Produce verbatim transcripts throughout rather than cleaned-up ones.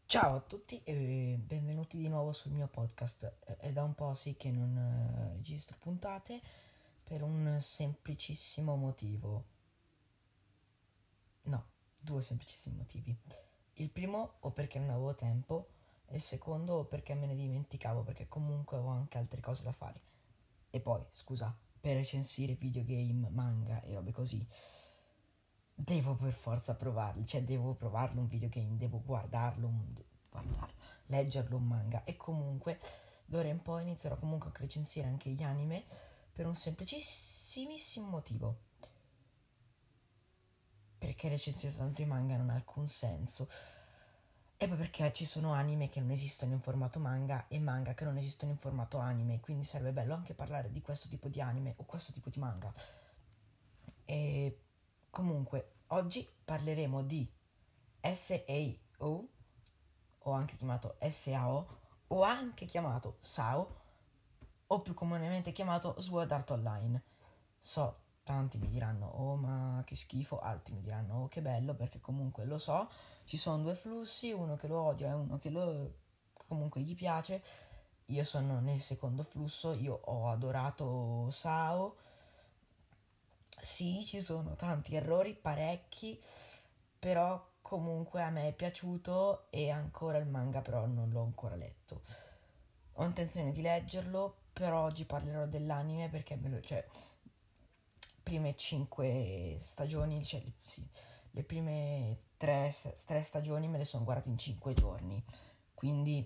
Ciao a tutti e benvenuti di nuovo sul mio podcast. È è da un po' sì che non eh, registro puntate per un semplicissimo motivo. No, due semplicissimi motivi. Il primo o perché non avevo tempo e il secondo o perché me ne dimenticavo perché comunque avevo anche altre cose da fare. E poi, scusa, per recensire videogame, manga e robe così, devo per forza provarli, cioè devo provarlo un videogame, devo guardarlo, un- guardarlo, leggerlo un manga e comunque d'ora in poi inizierò comunque a recensire anche gli anime per un semplicissimissimo motivo. Perché recensire soltanto i manga non ha alcun senso. E poi perché ci sono anime che non esistono in formato manga e manga che non esistono in formato anime, quindi sarebbe bello anche parlare di questo tipo di anime o questo tipo di manga. E comunque, oggi parleremo di S A O, o anche chiamato S A O, o anche chiamato S A O, o più comunemente chiamato Sword Art Online. So, tanti mi diranno, oh ma che schifo, altri mi diranno, oh che bello, perché comunque lo so, ci sono due flussi, uno che lo odia e uno che lo comunque gli piace. Io sono nel secondo flusso, io ho adorato S A O. Sì, ci sono tanti errori, parecchi, però comunque a me è piaciuto e ancora il manga però non l'ho ancora letto. Ho intenzione di leggerlo, però oggi parlerò dell'anime perché me lo, cioè, prime cinque stagioni, cioè sì, le prime tre, tre stagioni me le sono guardate in cinque giorni. Quindi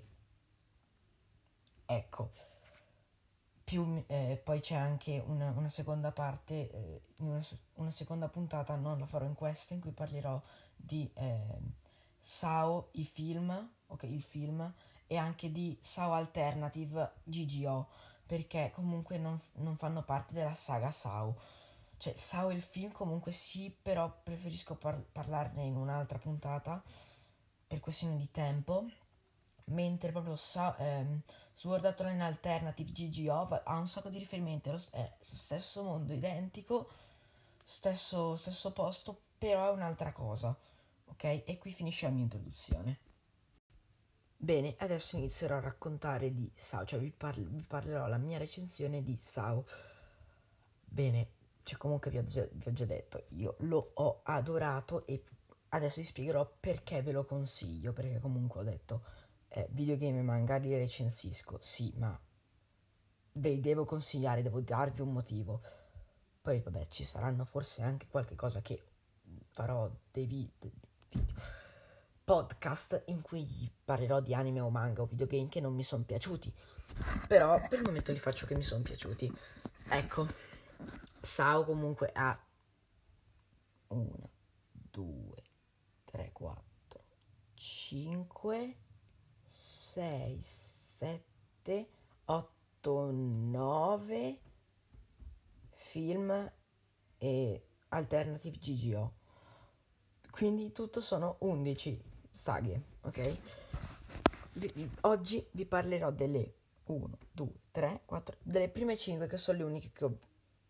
ecco, più, eh, poi c'è anche una, una seconda parte, eh, in una, una seconda puntata, non la farò in questa, in cui parlerò di eh, S A O, i film, ok, il film, e anche di S A O Alternative G G O, perché comunque non, non fanno parte della saga S A O. Cioè, S A O il film comunque sì, però preferisco par- parlarne in un'altra puntata per questione di tempo, mentre proprio Sa- ehm, Sword Art Online Alternative G G O va- ha un sacco di riferimenti, è lo, è lo stesso mondo identico, stesso, stesso posto, però è un'altra cosa, ok? E qui finisce la mia introduzione. Bene, adesso inizierò a raccontare di S A O, cioè vi, parl- vi parlerò la mia recensione di S A O. Bene, cioè comunque vi ho, già, vi ho già detto, io lo ho adorato e adesso vi spiegherò perché ve lo consiglio, perché comunque ho detto, eh, videogame e manga li recensisco, sì, ma ve li devo consigliare, devo darvi un motivo. Poi vabbè, ci saranno forse anche qualche cosa che farò dei vi- video, podcast in cui parlerò di anime o manga o videogame che non mi sono piaciuti. Però per il momento li faccio che mi sono piaciuti. Ecco, S A O comunque ha uno, due, tre, quattro, cinque, sei, sette, otto, nove film e Alternative G G O. Quindi tutto sono undici saghe, ok? Vi- oggi vi parlerò delle uno, due, tre, quattro, delle prime cinque che sono le uniche che ho.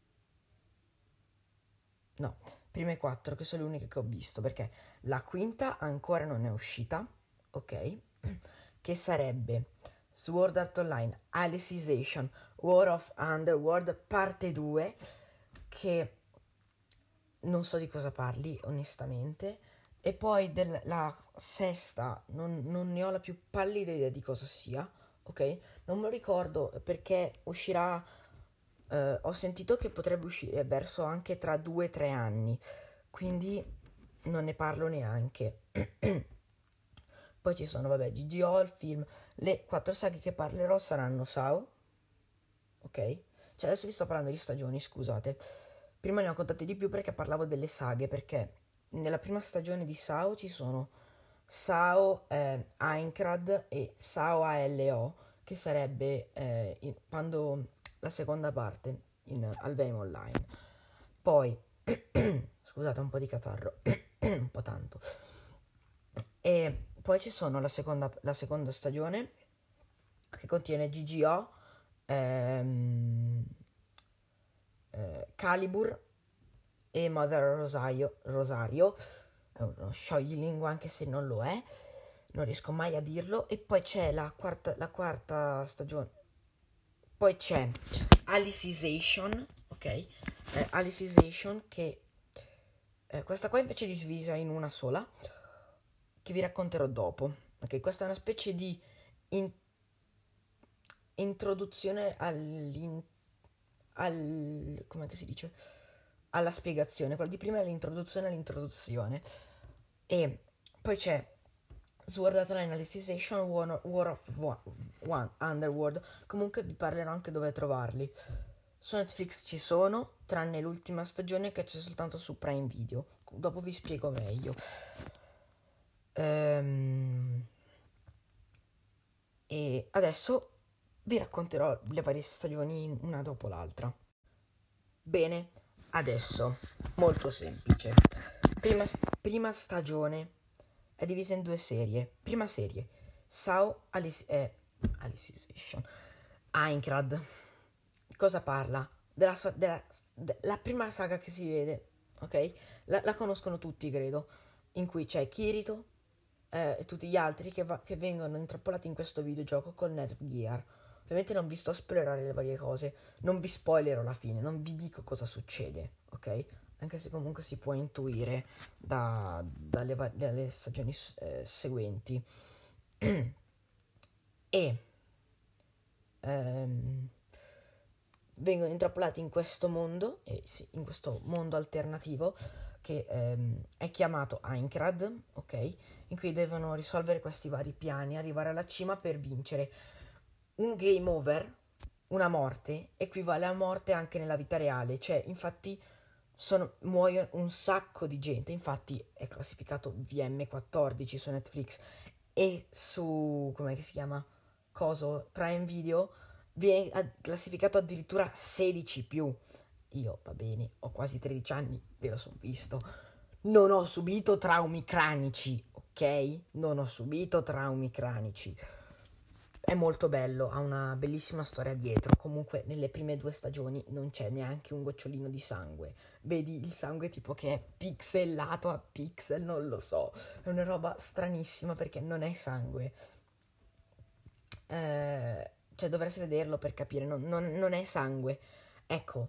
No, prime quattro che sono le uniche che ho visto perché la quinta ancora non è uscita, ok? Che sarebbe Sword Art Online Alicization War of Underworld parte due, che non so di cosa parli onestamente, e poi della sesta non, non ne ho la più pallida idea di cosa sia, ok? Non me lo ricordo perché uscirà, eh, ho sentito che potrebbe uscire verso anche tra due o tre anni, quindi non ne parlo neanche. Poi ci sono, vabbè, G G O, il film, le quattro saghe che parlerò saranno S A O, ok? Cioè adesso vi sto parlando di stagioni, scusate. Prima ne ho contate di più perché parlavo delle saghe, perché nella prima stagione di S A O ci sono S A O eh, Aincrad e S A O A L O, che sarebbe eh, in- quando la seconda parte in Alveim Online. Poi, scusate, un po' di catarro, un po' tanto. E poi ci sono la seconda, la seconda stagione che contiene G G O, ehm, eh, Calibur e Mother Rosario, Rosario, è uno scioglilingua anche se non lo è. non riesco mai a dirlo. E poi c'è la quarta, la quarta stagione, poi c'è Alicization, ok? Eh, Alicization che eh, questa qua invece è divisa in una sola, che vi racconterò dopo. Ok, questa è una specie di in- introduzione all'in- al come si dice? Alla spiegazione. Quella di prima è l'introduzione all'introduzione. E poi c'è Sword Art Online Alicization, War, War of One, Underworld. Comunque vi parlerò anche dove trovarli. Su Netflix ci sono, tranne l'ultima stagione che c'è soltanto su Prime Video. Dopo vi spiego meglio. Ehm... E adesso vi racconterò le varie stagioni una dopo l'altra. Bene, adesso, molto semplice. Prima, prima stagione è divisa in due serie. Prima serie, Sao Alice, eh, Alicization. Aincrad. Cosa parla? Della, della, della prima saga che si vede, ok? La, la conoscono tutti, credo. In cui c'è Kirito eh, e tutti gli altri che, va, che vengono intrappolati in questo videogioco con Netgear. Ovviamente non vi sto a spoilerare le varie cose, non vi spoilerò la fine, non vi dico cosa succede, ok? Anche se comunque si può intuire da, dalle, dalle stagioni eh, seguenti. E ehm, vengono intrappolati in questo mondo, eh, sì, in questo mondo alternativo che ehm, è chiamato Aincrad, ok? In cui devono risolvere questi vari piani, arrivare alla cima per vincere. Un game over, una morte, equivale a morte anche nella vita reale, cioè infatti sono, muoiono un sacco di gente, infatti è classificato V M quattordici su Netflix e su, come si chiama, coso, Prime Video, viene classificato addirittura sedici più. Io, va bene, ho quasi tredici anni, ve lo sono visto, non ho subito traumi cranici, ok? Non ho subito traumi cranici. È molto bello, ha una bellissima storia dietro. Comunque nelle prime due stagioni non c'è neanche un gocciolino di sangue. Vedi il sangue tipo che è pixelato a pixel, non lo so. È una roba stranissima perché non è sangue. Eh, cioè dovresti vederlo per capire, non, non, non è sangue. Ecco,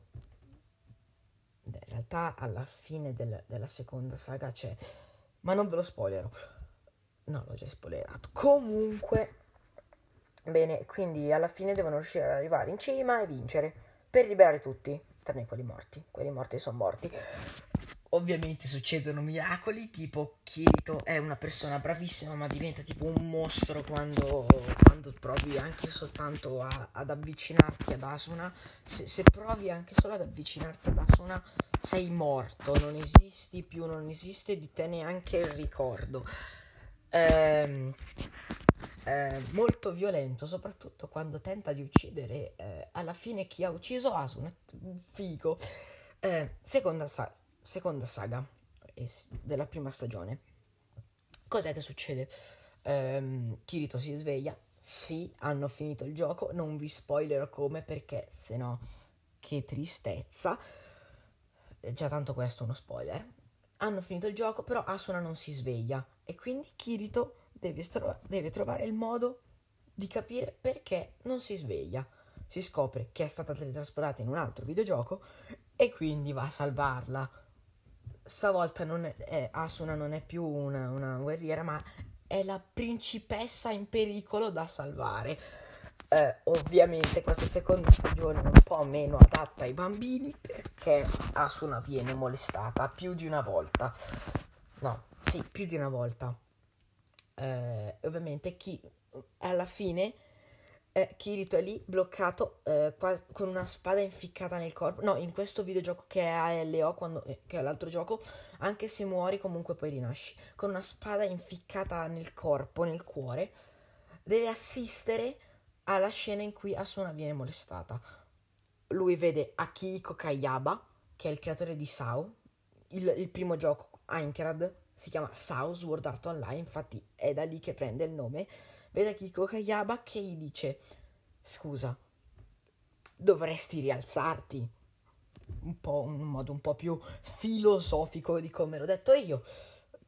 in realtà alla fine del, della seconda saga c'è... Ma non ve lo spoilerò. No, l'ho già spoilerato. Comunque... Bene, quindi alla fine devono riuscire ad arrivare in cima e vincere per liberare tutti, tranne quelli morti. Quelli morti sono morti. Ovviamente succedono miracoli, tipo Kirito è una persona bravissima ma diventa tipo un mostro quando, quando provi anche soltanto a, ad avvicinarti ad Asuna. Se, se provi anche solo ad avvicinarti ad Asuna sei morto, non esisti più, non esiste di te neanche il ricordo. Ehm... Eh, molto violento, soprattutto quando tenta di uccidere eh, alla fine chi ha ucciso Asuna. Figo. Eh, seconda, sa- seconda saga eh, della prima stagione. Cos'è che succede? Ehm, Kirito si sveglia. Sì, hanno finito il gioco. Non vi spoilerò come perché sennò che tristezza. Eh, già tanto questo è uno spoiler. Hanno finito il gioco, però Asuna non si sveglia. E quindi Kirito deve, tro- deve trovare il modo di capire perché non si sveglia. Si scopre che è stata teletrasportata in un altro videogioco e quindi va a salvarla. Stavolta non è, eh, Asuna non è più una, una guerriera, ma è la principessa in pericolo da salvare. Eh, ovviamente questa seconda stagione è un po' meno adatta ai bambini perché Asuna viene molestata più di una volta. No, sì, più di una volta. Eh, ovviamente chi alla fine eh, Kirito è lì bloccato eh, qua, con una spada inficcata nel corpo. No, in questo videogioco che è A L O, quando, eh, che è l'altro gioco, anche se muori comunque poi rinasci. Con una spada inficcata nel corpo, nel cuore, deve assistere alla scena in cui Asuna viene molestata. Lui vede Akihiko Kayaba, che è il creatore di Sao, il, il primo gioco, Aincrad, si chiama Sao Sword Art Online, infatti è da lì che prende il nome. Vede Akihiko Kayaba che gli dice: scusa, dovresti rialzarti. Un po' in un modo un po' più filosofico di come l'ho detto io.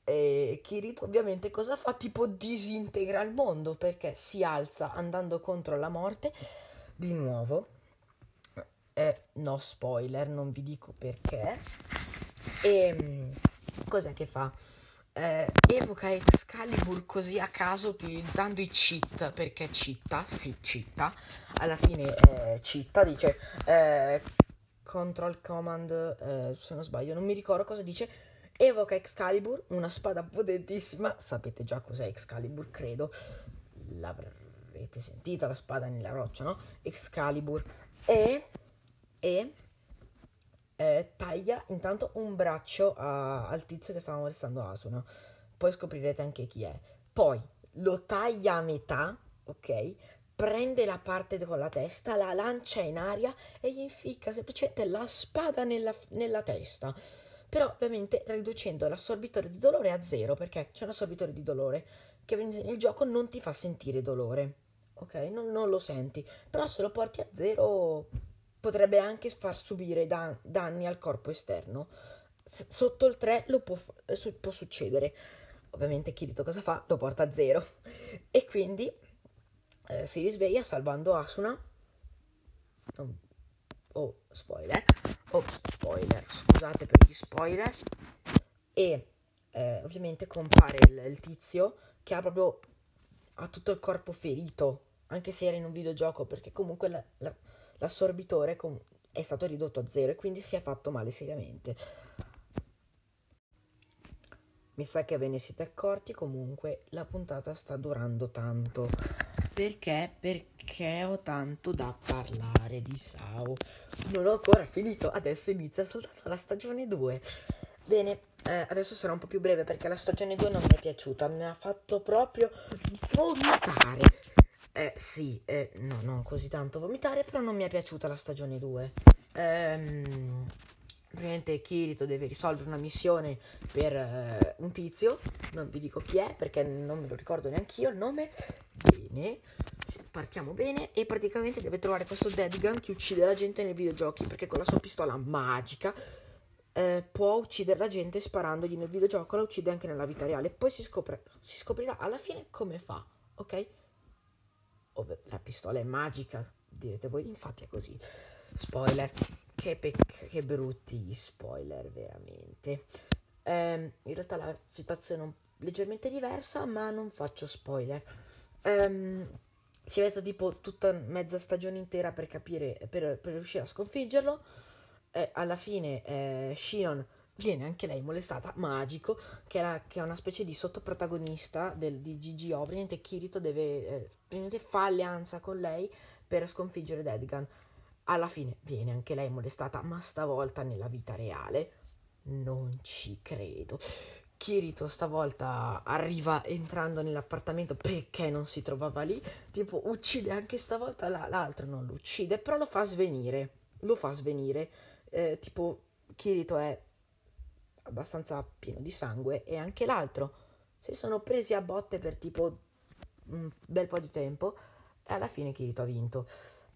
E Kirito ovviamente cosa fa? Tipo disintegra il mondo perché si alza andando contro la morte di nuovo. Eh, no spoiler, non vi dico perché. E cos'è che fa? Eh, evoca Excalibur così a caso utilizzando i cheat, perché citta, sì citta, alla fine eh, citta, dice eh, control command, eh, se non sbaglio, non mi ricordo cosa dice, evoca Excalibur, una spada potentissima, sapete già cos'è Excalibur, credo, l'avrete sentita la spada nella roccia, no? Excalibur, e, e eh, taglia intanto un braccio a- al tizio che stava molestando Asuna. Poi scoprirete anche chi è. Poi lo taglia a metà, ok? Prende la parte con la testa, la lancia in aria e gli inficca semplicemente la spada nella, nella testa. Però ovviamente riducendo l'assorbitore di dolore a zero, perché c'è un assorbitore di dolore che nel gioco non ti fa sentire dolore. Ok? Non, non lo senti. Però se lo porti a zero potrebbe anche far subire dan- danni al corpo esterno. S- sotto il tre lo può, f- su- può succedere. Ovviamente Kirito cosa fa? Lo porta a zero. E quindi eh, si risveglia salvando Asuna. Non- Oh, spoiler. Ops, spoiler. Scusate per gli spoiler. E eh, ovviamente compare il, il tizio che ha proprio ha tutto il corpo ferito, anche se era in un videogioco, perché comunque la, la, l'assorbitore com- è stato ridotto a zero e quindi si è fatto male seriamente. Mi sa che ve ne siete accorti, comunque la puntata sta durando tanto. Perché? Perché ho tanto da parlare di Sao. Non ho ancora finito, adesso inizia soltanto la stagione due. Bene, eh, adesso sarà un po' più breve perché la stagione due non mi è piaciuta, mi ha fatto proprio vomitare. Eh sì, eh, no, non così tanto vomitare, però non mi è piaciuta la stagione due. Ehm, praticamente Kirito deve risolvere una missione per eh, un tizio, non vi dico chi è perché non me lo ricordo neanche io il nome. Bene, partiamo bene e praticamente deve trovare questo Dead Gun che uccide la gente nei videogiochi perché con la sua pistola magica eh, può uccidere la gente sparandogli nel videogioco, la uccide anche nella vita reale. Poi si, scopre, si scoprirà alla fine come fa, ok? Oh, beh, la pistola è magica, direte voi, infatti è così. Spoiler, che, pec- che brutti spoiler, veramente. Ehm, in realtà la situazione è un- leggermente diversa, ma non faccio spoiler. Ehm, ci mette tipo tutta mezza stagione intera per capire, per, per riuscire a sconfiggerlo. E alla fine eh, Shion viene anche lei molestata, magico, che è, la- che è una specie di sottoprotagonista del, di G G O. Praticamente Kirito deve, eh, praticamente fa alleanza con lei per sconfiggere Deadgun. Alla fine viene anche lei molestata, ma stavolta nella vita reale. Non ci credo. Kirito stavolta arriva entrando nell'appartamento perché non si trovava lì. Tipo, uccide anche stavolta la, l'altro, non lo uccide, però lo fa svenire. Lo fa svenire. Eh, tipo, Kirito è abbastanza pieno di sangue e anche l'altro. Si sono presi a botte per tipo un bel po' di tempo e alla fine Kirito ha vinto.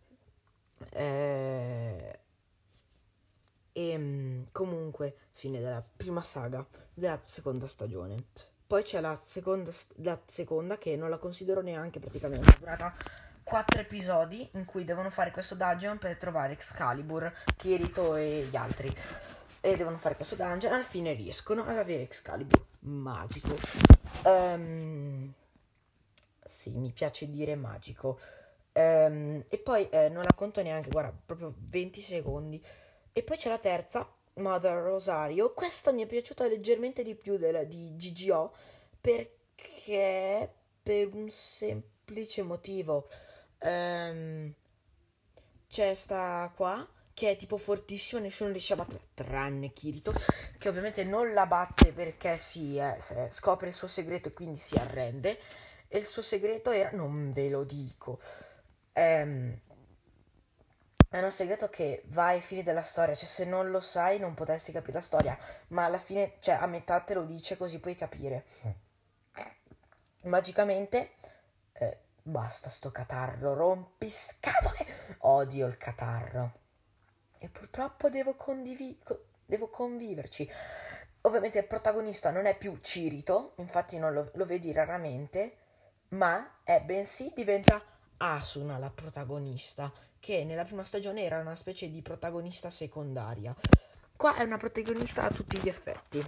Eh, e mm, comunque, fine della prima saga della seconda stagione. Poi c'è la seconda, la seconda che non la considero neanche praticamente. È durata quattro episodi in cui devono fare questo dungeon per trovare Excalibur, Kirito e gli altri. E devono fare questo dungeon. Alla fine riescono ad avere Excalibur magico. Um, sì, mi piace dire magico. Ehm, e poi eh, non la conto neanche, guarda, proprio venti secondi. E poi c'è la terza, Mother Rosario. Questa mi è piaciuta leggermente di più della di G G O perché per un semplice motivo. Ehm, c'è sta qua che è tipo fortissima, nessuno riesce a battere, tranne Kirito, che ovviamente non la batte perché si eh, scopre il suo segreto e quindi si arrende. E il suo segreto era, non ve lo dico, ehm, è uno segreto che va ai fini della storia, cioè se non lo sai non potresti capire la storia, ma alla fine, cioè a metà te lo dice così puoi capire. Magicamente, eh, basta sto catarro, rompiscatole, odio il catarro. E purtroppo devo, condivi- co- devo conviverci. Ovviamente il protagonista non è più Kirito, infatti non lo, lo vedi raramente, ma è bensì diventa Asuna la protagonista, che nella prima stagione era una specie di protagonista secondaria. Qua è una protagonista a tutti gli effetti.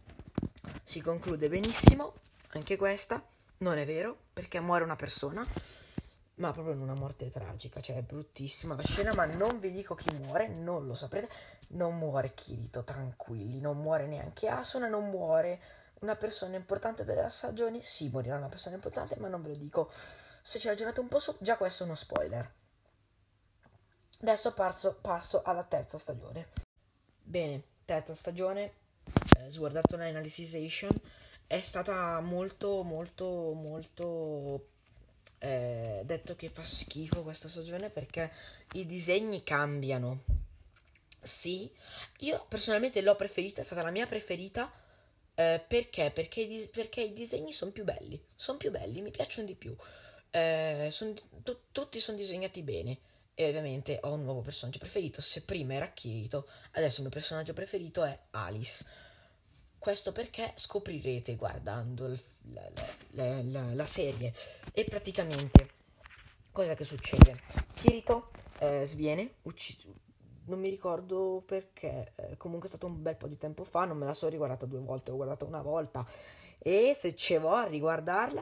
Si conclude benissimo, anche questa, non è vero, perché muore una persona, ma proprio in una morte tragica, cioè è bruttissima la scena, ma non vi dico chi muore, non lo saprete. Non muore Kirito, tranquilli, non muore neanche Asuna, non muore una persona importante della stagione. Sì, morirà una persona importante, ma non ve lo dico. Se ci ragionate un po' su, già questo è uno spoiler. Adesso passo, passo alla terza stagione. Bene, terza stagione, eh, Sword Art Online Alicization, è stata molto, molto, molto... Eh, detto che fa schifo questa stagione perché i disegni cambiano. Sì, io personalmente l'ho preferita, è stata la mia preferita. Eh, perché? Perché i, dis- perché i disegni sono più belli, sono più belli, mi piacciono di più. Eh, son- tu- tutti sono disegnati bene. E ovviamente ho un nuovo personaggio preferito. Se prima era Kirito, adesso il mio personaggio preferito è Alice. Questo perché scoprirete guardando il- la, la- la- la- la serie. E praticamente, cosa che succede? Kirito eh, sviene, ucciso. Non mi ricordo perché, eh, comunque è stato un bel po' di tempo fa, non me la sono riguardata due volte, l'ho guardata una volta e se ce vo a riguardarla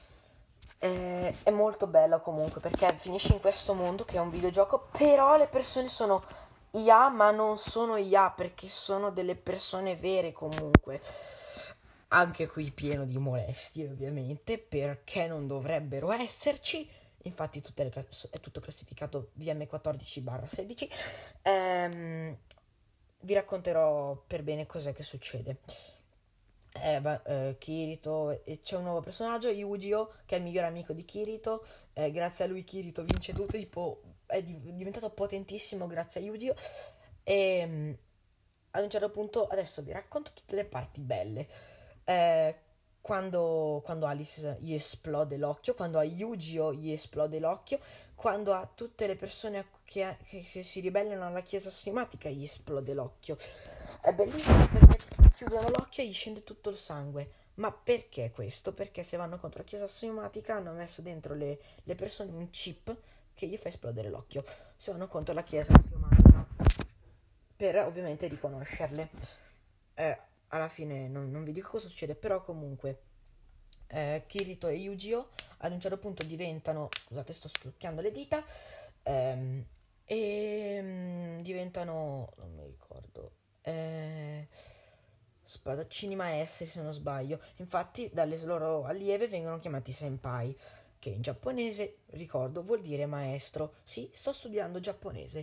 eh, è molto bella comunque perché finisce in questo mondo che è un videogioco, però le persone sono I A ma non sono I A perché sono delle persone vere comunque. Anche qui pieno di molestie ovviamente perché non dovrebbero esserci. Infatti tutte le, è tutto classificato V M quattordici sedici. Ehm, vi racconterò per bene cos'è che succede. Eh, va- eh, Kirito, e c'è un nuovo personaggio, Yu-Gi-Oh, che è il migliore amico di Kirito. Eh, grazie a lui Kirito vince tutto, tipo, è di- diventato potentissimo grazie a Yu-Gi-Oh. E mm, ad un certo punto, adesso vi racconto tutte le parti belle. Eh, quando, quando Alice gli esplode l'occhio, quando a Yu-Gi-Oh gli esplode l'occhio, quando a tutte le persone che, che- che si ribellano alla chiesa schematica gli esplode l'occhio. È bellissimo perché chiudono l'occhio e gli scende tutto il sangue. Ma perché questo? Perché se vanno contro la chiesa schematica hanno messo dentro le, le persone un chip che gli fa esplodere l'occhio. Se vanno contro la chiesa schematica. Per ovviamente riconoscerle. Eh, alla fine non, non vi dico cosa succede, però comunque eh, Kirito e Yu-Gi-Oh ad un certo punto diventano, scusate sto splucchiando le dita, ehm, e mm, diventano, non mi ricordo, eh, spadaccini maestri se non sbaglio. Infatti dalle loro allieve vengono chiamati senpai, che in giapponese, ricordo, vuol dire maestro. Sì, sto studiando giapponese.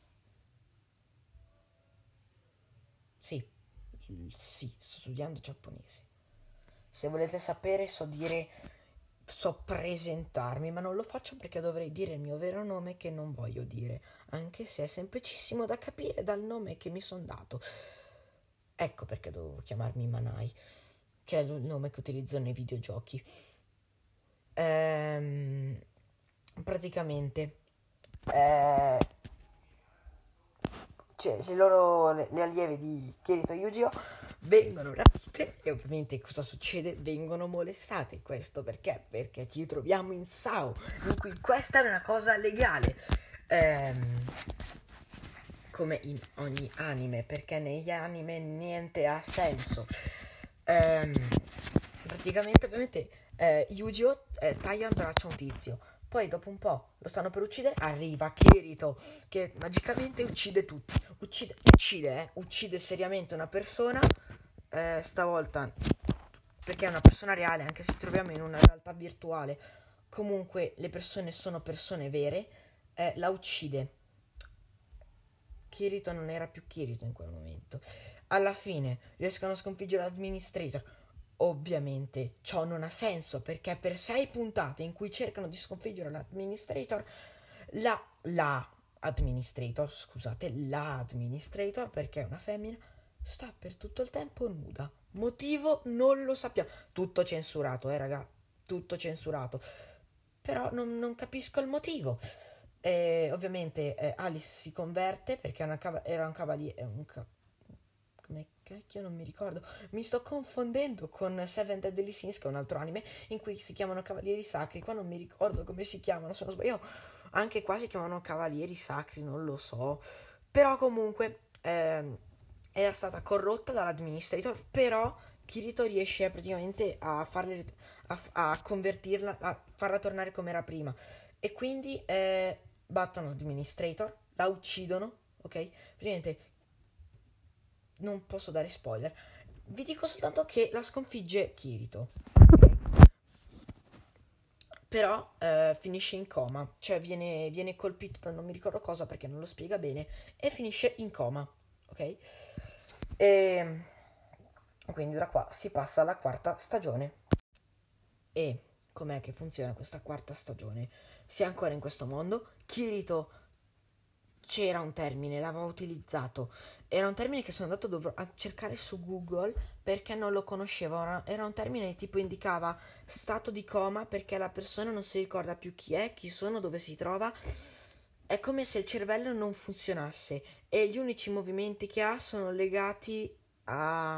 Sì, sì, sto studiando giapponese. Se volete sapere, so dire, so presentarmi, ma non lo faccio perché dovrei dire il mio vero nome che non voglio dire, anche se è semplicissimo da capire dal nome che mi sono dato. Ecco perché dovevo chiamarmi Manai, che è il nome che utilizzo nei videogiochi. Ehm, praticamente, eh, cioè, le loro le, le allieve di Kirito e Yu-Gi-Oh vengono rapite e ovviamente cosa succede? Vengono molestate. Questo perché? Perché ci troviamo in Sao, in cui questa è una cosa legale. Ehm, come in ogni anime, perché negli anime niente ha senso. Ehm, praticamente, ovviamente, eh, Yu-Gi-Oh! Eh, taglia un braccio a un tizio. Poi dopo un po' lo stanno per uccidere, arriva Kirito che magicamente uccide tutti. Uccide, uccide, eh, uccide seriamente una persona. Eh, stavolta perché è una persona reale, anche se troviamo in una realtà virtuale. Comunque le persone sono persone vere. Eh, la uccide. Kirito non era più Kirito in quel momento. Alla fine riescono a sconfiggere l'Administrator. Ovviamente ciò non ha senso perché per sei puntate in cui cercano di sconfiggere l'Administrator, la, la Administrator, scusate, la Administrator, perché è una femmina, sta per tutto il tempo nuda. Motivo non lo sappiamo. Tutto censurato, eh raga, tutto censurato. Però non, non capisco il motivo. E ovviamente eh, Alice si converte perché è una cava- era un cavaliere, un ca- come cacchio non mi ricordo, mi sto confondendo con Seven Deadly Sins, che è un altro anime in cui si chiamano Cavalieri Sacri. Qua non mi ricordo come si chiamano, se non sbaglio anche qua si chiamano Cavalieri Sacri, non lo so, però comunque ehm, era stata corrotta dall'administrator, però Kirito riesce praticamente a farle a, a convertirla, a farla tornare come era prima, e quindi eh, battono l'administrator, la uccidono, ok? Praticamente non posso dare spoiler, vi dico soltanto che la sconfigge Kirito, ok? Però eh, finisce in coma, cioè viene, viene colpito da non mi ricordo cosa perché non lo spiega bene, e finisce in coma, ok? E quindi da qua si passa alla quarta stagione. E com'è che funziona questa quarta stagione? Si è ancora in questo mondo, Kirito, c'era un termine, l'aveva utilizzato, era un termine che sono andato dov- a cercare su Google perché non lo conoscevo, era, era un termine che tipo indicava stato di coma perché la persona non si ricorda più chi è, chi sono, dove si trova, è come se il cervello non funzionasse e gli unici movimenti che ha sono legati a,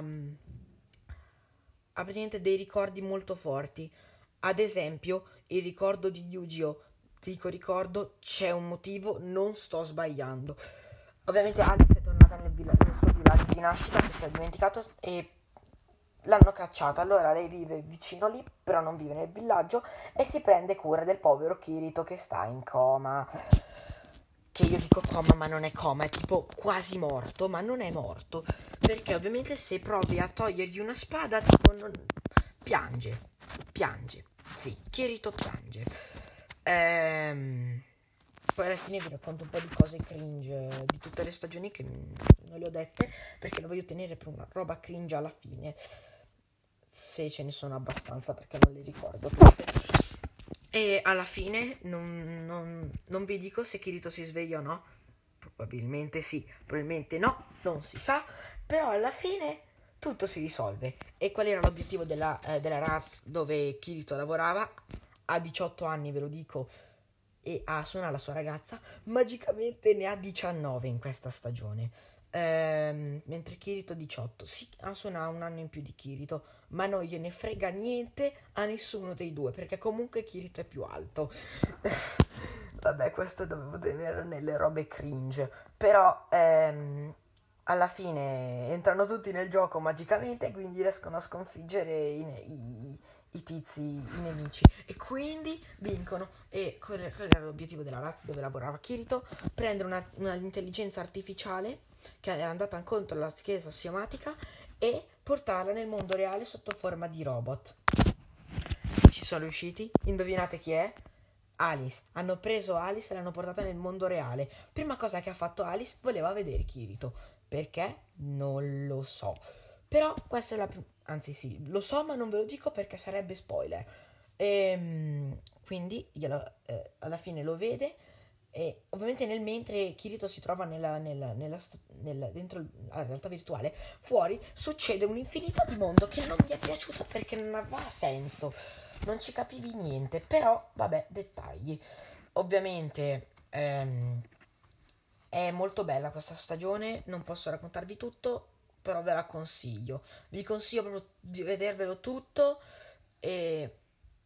a praticamente dei ricordi molto forti. Ad esempio, il ricordo di Yu-Gi-Oh! Dico ricordo, c'è un motivo, non sto sbagliando. Ovviamente Alice è tornata nel, villa- nel suo villaggio di nascita, che si è dimenticato, e l'hanno cacciata. Allora lei vive vicino lì, però non vive nel villaggio, e si prende cura del povero Kirito che sta in coma. Che io dico coma, ma non è coma, è tipo quasi morto, ma non è morto. Perché ovviamente se provi a togliergli una spada, tipo non... piange. Piange. Sì, Kirito piange. Ehm... Poi alla fine vi racconto un po' di cose cringe di tutte le stagioni che non le ho dette perché lo voglio tenere per una roba cringe alla fine, se ce ne sono abbastanza, perché non le ricordo tutte. E alla fine non, non, non vi dico se Kirito si sveglia o no, probabilmente sì, probabilmente no, non si sa, però alla fine tutto si risolve. E qual era l'obiettivo della, eh, della R A T dove Kirito lavorava? A diciotto anni, ve lo dico, e Asuna, la sua ragazza, magicamente ne ha diciannove in questa stagione. Ehm, mentre Kirito diciotto. Sì, Asuna ha un anno in più di Kirito, ma non gliene frega niente a nessuno dei due, perché comunque Kirito è più alto. Vabbè, questo dovevo tenere nelle robe cringe. Però ehm, alla fine entrano tutti nel gioco magicamente, quindi riescono a sconfiggere i, i, i tizi, i nemici, e quindi vincono. E qual era l'obiettivo della razza dove lavorava Kirito? Prendere una, una intelligenza artificiale che era andata incontro alla chiesa assiomatica e portarla nel mondo reale sotto forma di robot. Ci sono riusciti? Indovinate chi è? Alice. Hanno preso Alice e l'hanno portata nel mondo reale. Prima cosa che ha fatto Alice, voleva vedere Kirito. Perché? Non lo so. Però questa è la prima... Anzi sì, lo so, ma non ve lo dico perché sarebbe spoiler. Ehm, quindi glielo, eh, alla fine lo vede, e ovviamente nel mentre Kirito si trova nella, nella, nella, nella, dentro la realtà virtuale, fuori succede un infinito di mondo che non mi è piaciuto perché non aveva senso, non ci capivi niente, però vabbè, dettagli. Ovviamente ehm, è molto bella questa stagione, non posso raccontarvi tutto, però ve la consiglio. Vi consiglio proprio di vedervelo tutto, e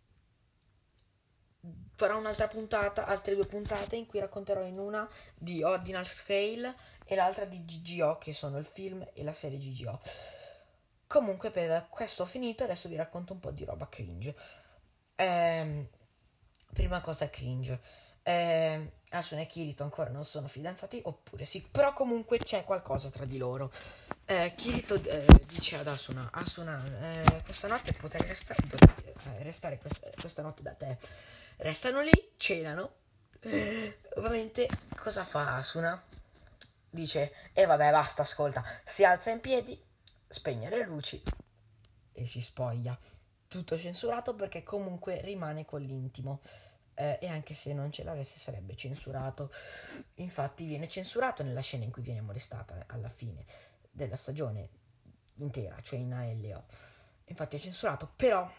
farò un'altra puntata, altre due puntate in cui racconterò in una di Ordinal Scale e l'altra di G G O, che sono il film e la serie G G O. Comunque per questo ho finito, adesso vi racconto un po' di roba cringe. Ehm, prima cosa cringe. Ehm, Asuna e Kirito ancora non sono fidanzati, oppure sì, però comunque c'è qualcosa tra di loro. Eh, Kirito eh, dice ad Asuna, Asuna, eh, questa notte potrei restare, eh, restare questa, questa notte da te. Restano lì, cenano. Eh, ovviamente cosa fa Asuna? Dice, e eh, vabbè, basta, ascolta. Si alza in piedi, spegne le luci e si spoglia. Tutto censurato perché comunque rimane con l'intimo. Eh, e anche se non ce l'avesse sarebbe censurato. Infatti viene censurato nella scena in cui viene molestata alla fine della stagione intera, cioè in A L O. Infatti è censurato, però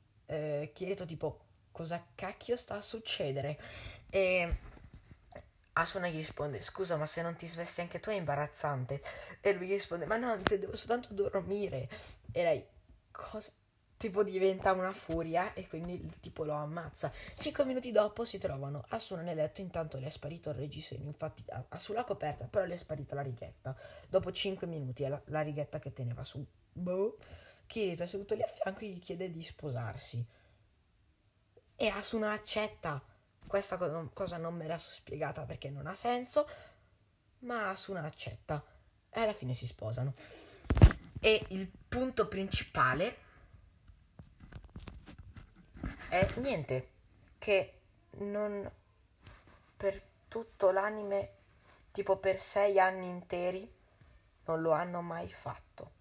eh, chiedo tipo cosa cacchio sta a succedere. E Asuna gli risponde: scusa, ma se non ti svesti anche tu è imbarazzante. E lui gli risponde: ma no, devo soltanto dormire. E lei, cosa? Tipo diventa una furia e quindi il tipo lo ammazza. Cinque minuti dopo si trovano Asuna nel letto, intanto le è sparito il reggiseno, infatti ha, ha sulla coperta, però le è sparita la righetta. Dopo cinque minuti è la, la righetta che teneva su. Boh. Kirito è seduto lì a fianco e gli chiede di sposarsi. E Asuna accetta. Questa cosa non me la so spiegata perché non ha senso, ma Asuna accetta. E alla fine si sposano. E il punto principale è niente, che non per tutto l'anime, tipo per sei anni interi, non lo hanno mai fatto.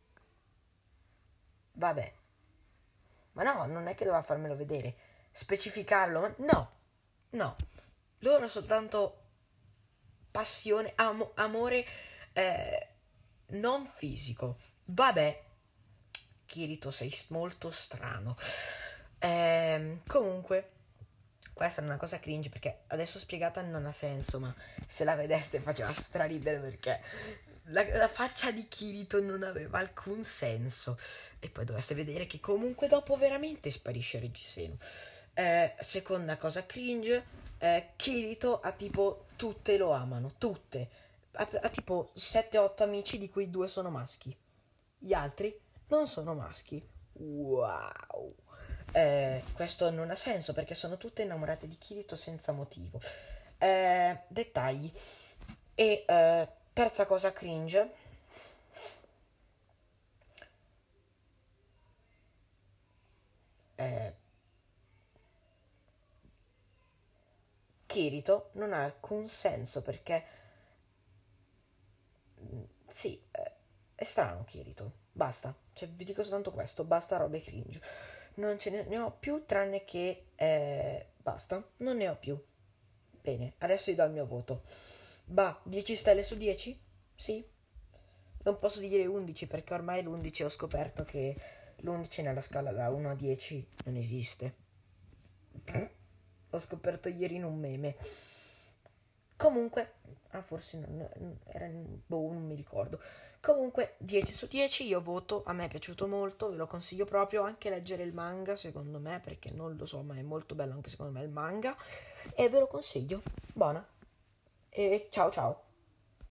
Vabbè, ma no, non è che doveva farmelo vedere, specificarlo, ma no, no, loro soltanto passione, am- amore eh, non fisico. Vabbè, Kirito, sei molto strano. Ehm, comunque, questa è una cosa cringe perché adesso spiegata non ha senso, ma se la vedeste faceva straridere perché la, la faccia di Kirito non aveva alcun senso. E poi dovreste vedere che comunque dopo veramente sparisce il reggiseno. Eh, seconda cosa cringe, eh, Kirito ha tipo tutte lo amano, tutte. Ha, ha tipo sette otto amici di cui due sono maschi. Gli altri non sono maschi. Wow. Eh, questo non ha senso perché sono tutte innamorate di Kirito senza motivo. Eh, dettagli. E eh, terza cosa cringe. Eh, Kirito non ha alcun senso perché mm, sì, eh, è strano Kirito. Basta. Cioè, vi dico soltanto questo, basta robe cringe. Non ce ne, ne ho più tranne che eh, basta, non ne ho più. Bene, adesso gli do il mio voto. Bah, dieci stelle su dieci? Sì. Non posso dire undici perché ormai l'undici ho scoperto che l'undici nella scala da uno a dieci non esiste. L'ho scoperto ieri in un meme. Comunque, ah forse non era, boh, non mi ricordo. Comunque, dieci su dieci io voto, a me è piaciuto molto, ve lo consiglio proprio anche leggere il manga, secondo me, perché non lo so, ma è molto bello anche secondo me il manga, e ve lo consiglio. Buona. E ciao ciao.